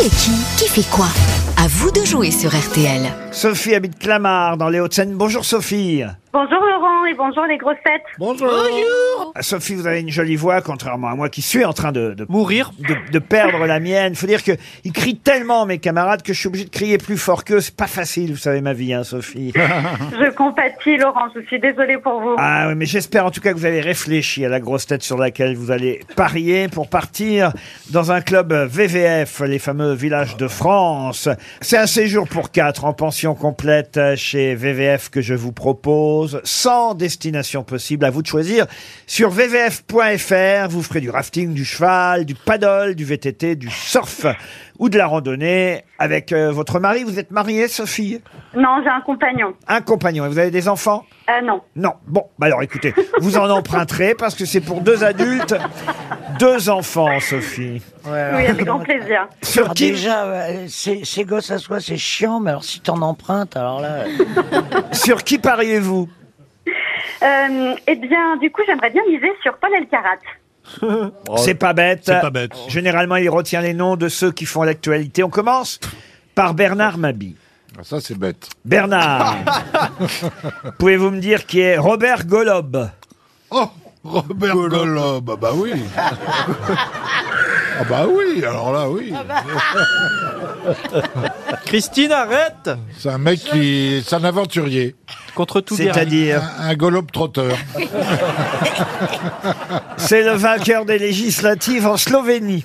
est qui fait quoi? À vous de jouer sur RTL. Sophie habite Clamart, dans les Hauts-de-Seine. Bonjour Sophie. Bonjour Laurent et bonjour les grossettes. Bonjour. Sophie, vous avez une jolie voix, contrairement à moi qui suis en train de Mourir. de perdre la mienne. Faut dire que ils crient tellement, mes camarades, que je suis obligé de crier plus fort qu'eux. C'est pas facile, vous savez, ma vie, hein, Sophie. Je compatis Laurent, je suis désolée pour vous. Ah oui, mais j'espère en tout cas que vous avez réfléchi à la grosse tête sur laquelle vous allez parier pour partir dans un club VVF, les fameux villages de France. C'est un séjour pour 4 en pension complète chez VVF que je vous propose. 100 destinations possibles, à vous de choisir. Sur vvf.fr, vous ferez du rafting, du cheval, du paddle, du VTT, du surf ou de la randonnée avec votre mari. Vous êtes mariée, Sophie? Non, j'ai un compagnon. Un compagnon. Et vous avez des enfants? Non. Non. Bon, bah alors écoutez, vous en emprunterez parce que c'est pour 2 adultes, 2 enfants, Sophie. Oui, avec grand plaisir. Sur qui ces gosses à soi, c'est chiant, mais alors si t'en empruntes, alors là... Sur qui pariez-vous? Eh bien, du coup, j'aimerais bien miser sur Paul Elkarat. C'est pas bête. C'est pas bête. Généralement, il retient les noms de ceux qui font l'actualité. On commence par Bernard Mabie. Ça, c'est bête. Bernard, pouvez-vous me dire qui est Robert Golob? Oh, Robert Golob. Bah oui. Ah bah oui, alors là, oui. Christine, arrête. C'est un mec qui... C'est un aventurier. Contre tout guerrier. C'est-à-dire, Un Golob trotteur. c'est le vainqueur des législatives en Slovénie.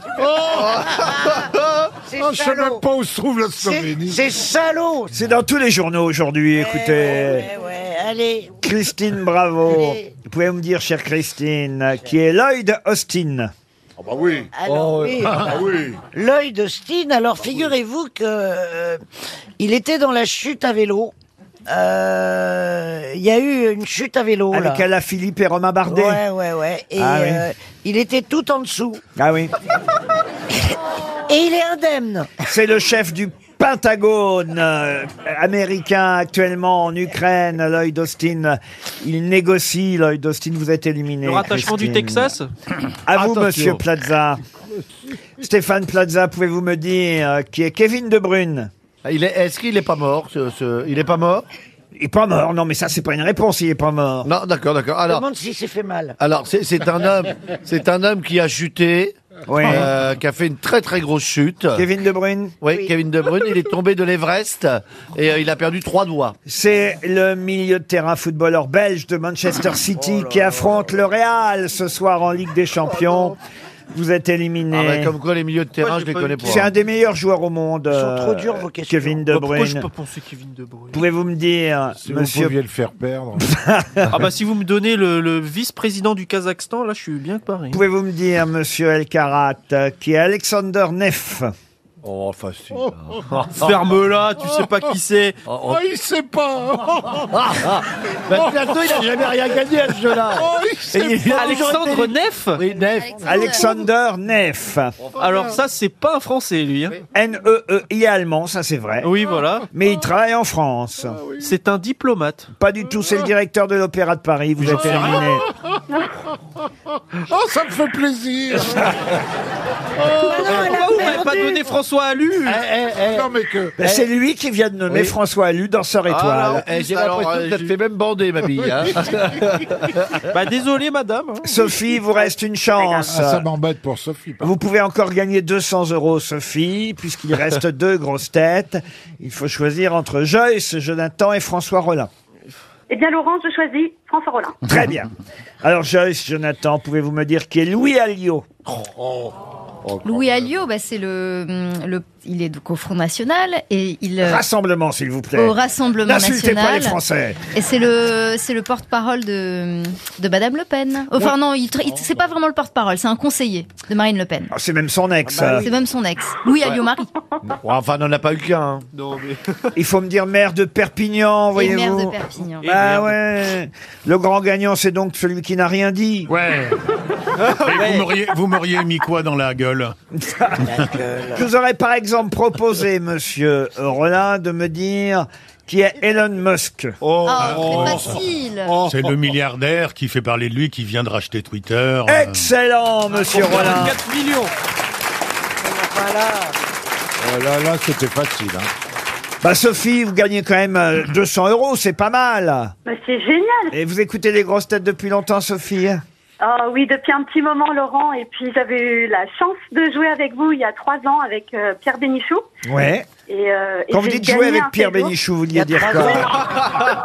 Je sais même pas où se trouve la Slovénie. C'est salaud. C'est dans tous les journaux aujourd'hui, écoutez. Ouais, allez. Christine, bravo. Allez. Vous pouvez me dire, chère Christine, qui est Lloyd Austin? Ah bah oui. Alors, oui. Ah oui. L'œil de Steen, alors figurez-vous que il était dans la chute à vélo. Il y a eu une chute à vélo, Avec là. Alain Philippe et Romain Bardet? Ouais. Et Ah oui. il était tout en dessous. Ah oui. Et il est indemne. C'est le chef du Pentagone américain actuellement en Ukraine, Lloyd Austin. Il négocie, Lloyd Austin, vous êtes éliminé. Le rattachement du Christine. Texas. À vous, Attention. monsieur Plaza. Stéphane Plaza, pouvez-vous me dire qui est Kevin De Bruyne? Est-ce qu'il est pas mort Il est pas mort? Il est pas mort, non, mais ça, c'est pas une réponse, il est pas mort. Non, d'accord. Je me Alors, demande s'il s'est fait mal. c'est un homme qui a chuté, Oui. qui a fait une très très grosse chute. Kevin De Bruyne? Oui, Kevin De Bruyne, il est tombé de l'Everest et il a perdu 3 doigts. C'est le milieu de terrain footballeur belge de Manchester City qui affronte le Real ce soir en Ligue des Champions. Vous êtes éliminé. Ah bah, comme quoi les milieux de terrain, Moi, je j'ai les pas connais eu- pas. C'est un des meilleurs joueurs au monde. Ils sont trop durs, vos questions. Kevin De Pourquoi je Bruyne. peux penser Kevin De Bruyne? Pouvez-vous me dire, Si vous monsieur, pouviez le faire perdre. Ah bah si vous me donnez le vice-président du Kazakhstan, là je suis bien que pareil. pouvez-vous me dire, monsieur Elkarat, qui est Alexander Neff? Oh, facile. Ferme-la, tu sais pas qui c'est. Oh, il sait pas. Bah, bientôt, il a jamais rien gagné à ce jeu-là. Oh, il sait pas. Alexandre Neff. Oui, Nef. Alexander Neff. Alors ça c'est pas un Français lui. Hein. N-E-E, il est allemand, ça c'est vrai. Oui voilà. Mais il travaille en France. C'est un diplomate. Pas du tout, c'est le directeur de l'Opéra de Paris. Vous êtes éliminé. Oh, ça me fait plaisir. Pourquoi vous m'avez pas donné François Allu? Non, mais que... Ben, c'est lui qui vient de nommer Oui. François Allu danseur étoile. J'ai l'impression que ça te fait même bander, ma bille. Hein. Bah désolé madame. Hein. Sophie, il vous reste une chance. Ah, ça m'embête pour Sophie. Vous pouvez encore gagner 200 €, Sophie, puisqu'il reste 2 grosses têtes. Il faut choisir entre Joyce, Jonathan et François Rollin. Eh bien Laurent, je choisis François Rollin. Très bien. Alors Joyce, Jonathan, pouvez-vous me dire qui est Louis Alliot? Louis Alliot, bah, c'est il est donc au Front National et il Rassemblement, s'il vous plaît. au Rassemblement N'insultez pas les National. Français. Et c'est le porte-parole de Madame Le Pen. Enfin non, c'est pas vraiment le porte-parole, c'est un conseiller de Marine Le Pen. Oh, c'est même son ex. C'est même son ex, Louis Alliot-Marie. Ouais, enfin, on n'en a pas eu qu'un. Hein. Non mais. Il faut me dire maire de Perpignan, Et voyez-vous. maire de Perpignan. Ah ouais. Le grand gagnant, c'est donc celui qui n'a rien dit. Ouais. Et vous m'auriez mis quoi dans la gueule? Je vous aurais par exemple proposé, monsieur Rollin, de me dire qui est Elon Musk. Oh, c'est facile. C'est le milliardaire qui fait parler de lui, qui vient de racheter Twitter. Excellent, monsieur Rollin. 4 millions. Là, c'était facile. Hein. Bah Sophie, vous gagnez quand même 200 €, c'est pas mal. Bah, c'est génial. Et vous écoutez les grosses têtes depuis longtemps, Sophie? Oh, oui, depuis un petit moment, Laurent. Et puis, j'avais eu la chance de jouer avec vous il y a 3 ans avec Pierre Bénichou. Ouais. Quand vous dites jouer avec Pierre Bénichou, vous vouliez dire quoi?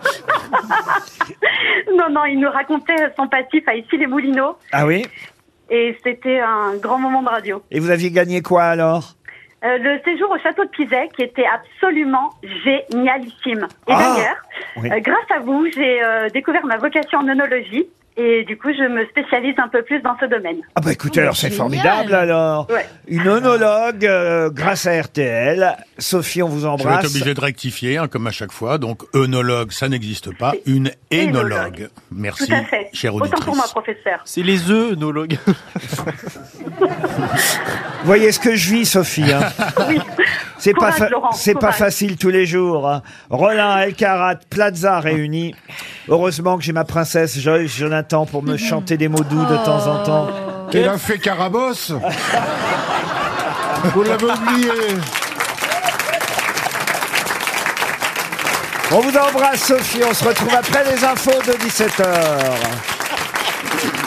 Non, il nous racontait son passif à Issy-les-Moulineaux. Ah oui? Et c'était un grand moment de radio. Et vous aviez gagné quoi alors? Le séjour au château de Pizet, qui était absolument génialissime. Et d'ailleurs, grâce à vous, j'ai découvert ma vocation en œnologie. Et du coup, je me spécialise un peu plus dans ce domaine. Ah bah écoutez, alors c'est formidable alors. Ouais. Une œnologue grâce à RTL. Sophie, on vous Je vais embrasse. être obligé de rectifier, comme à chaque fois. Donc, œnologue, ça n'existe pas. Une énologue. Merci, Tout à fait. chère Autant auditrice. pour moi, professeur. C'est les œnologues. Vous voyez ce que je vis, Sophie. Hein. Oui. C'est pas, Courage, Laurent, c'est pas courage. facile tous les jours. Hein. Rollin, Alcarat, Plaza réunis. Heureusement que j'ai ma princesse Joyce Jonathan pour me chanter des mots doux de temps en temps. Il a fait Carabosse. Vous l'avez oublié. On vous embrasse, Sophie. On se retrouve après les infos de 17h.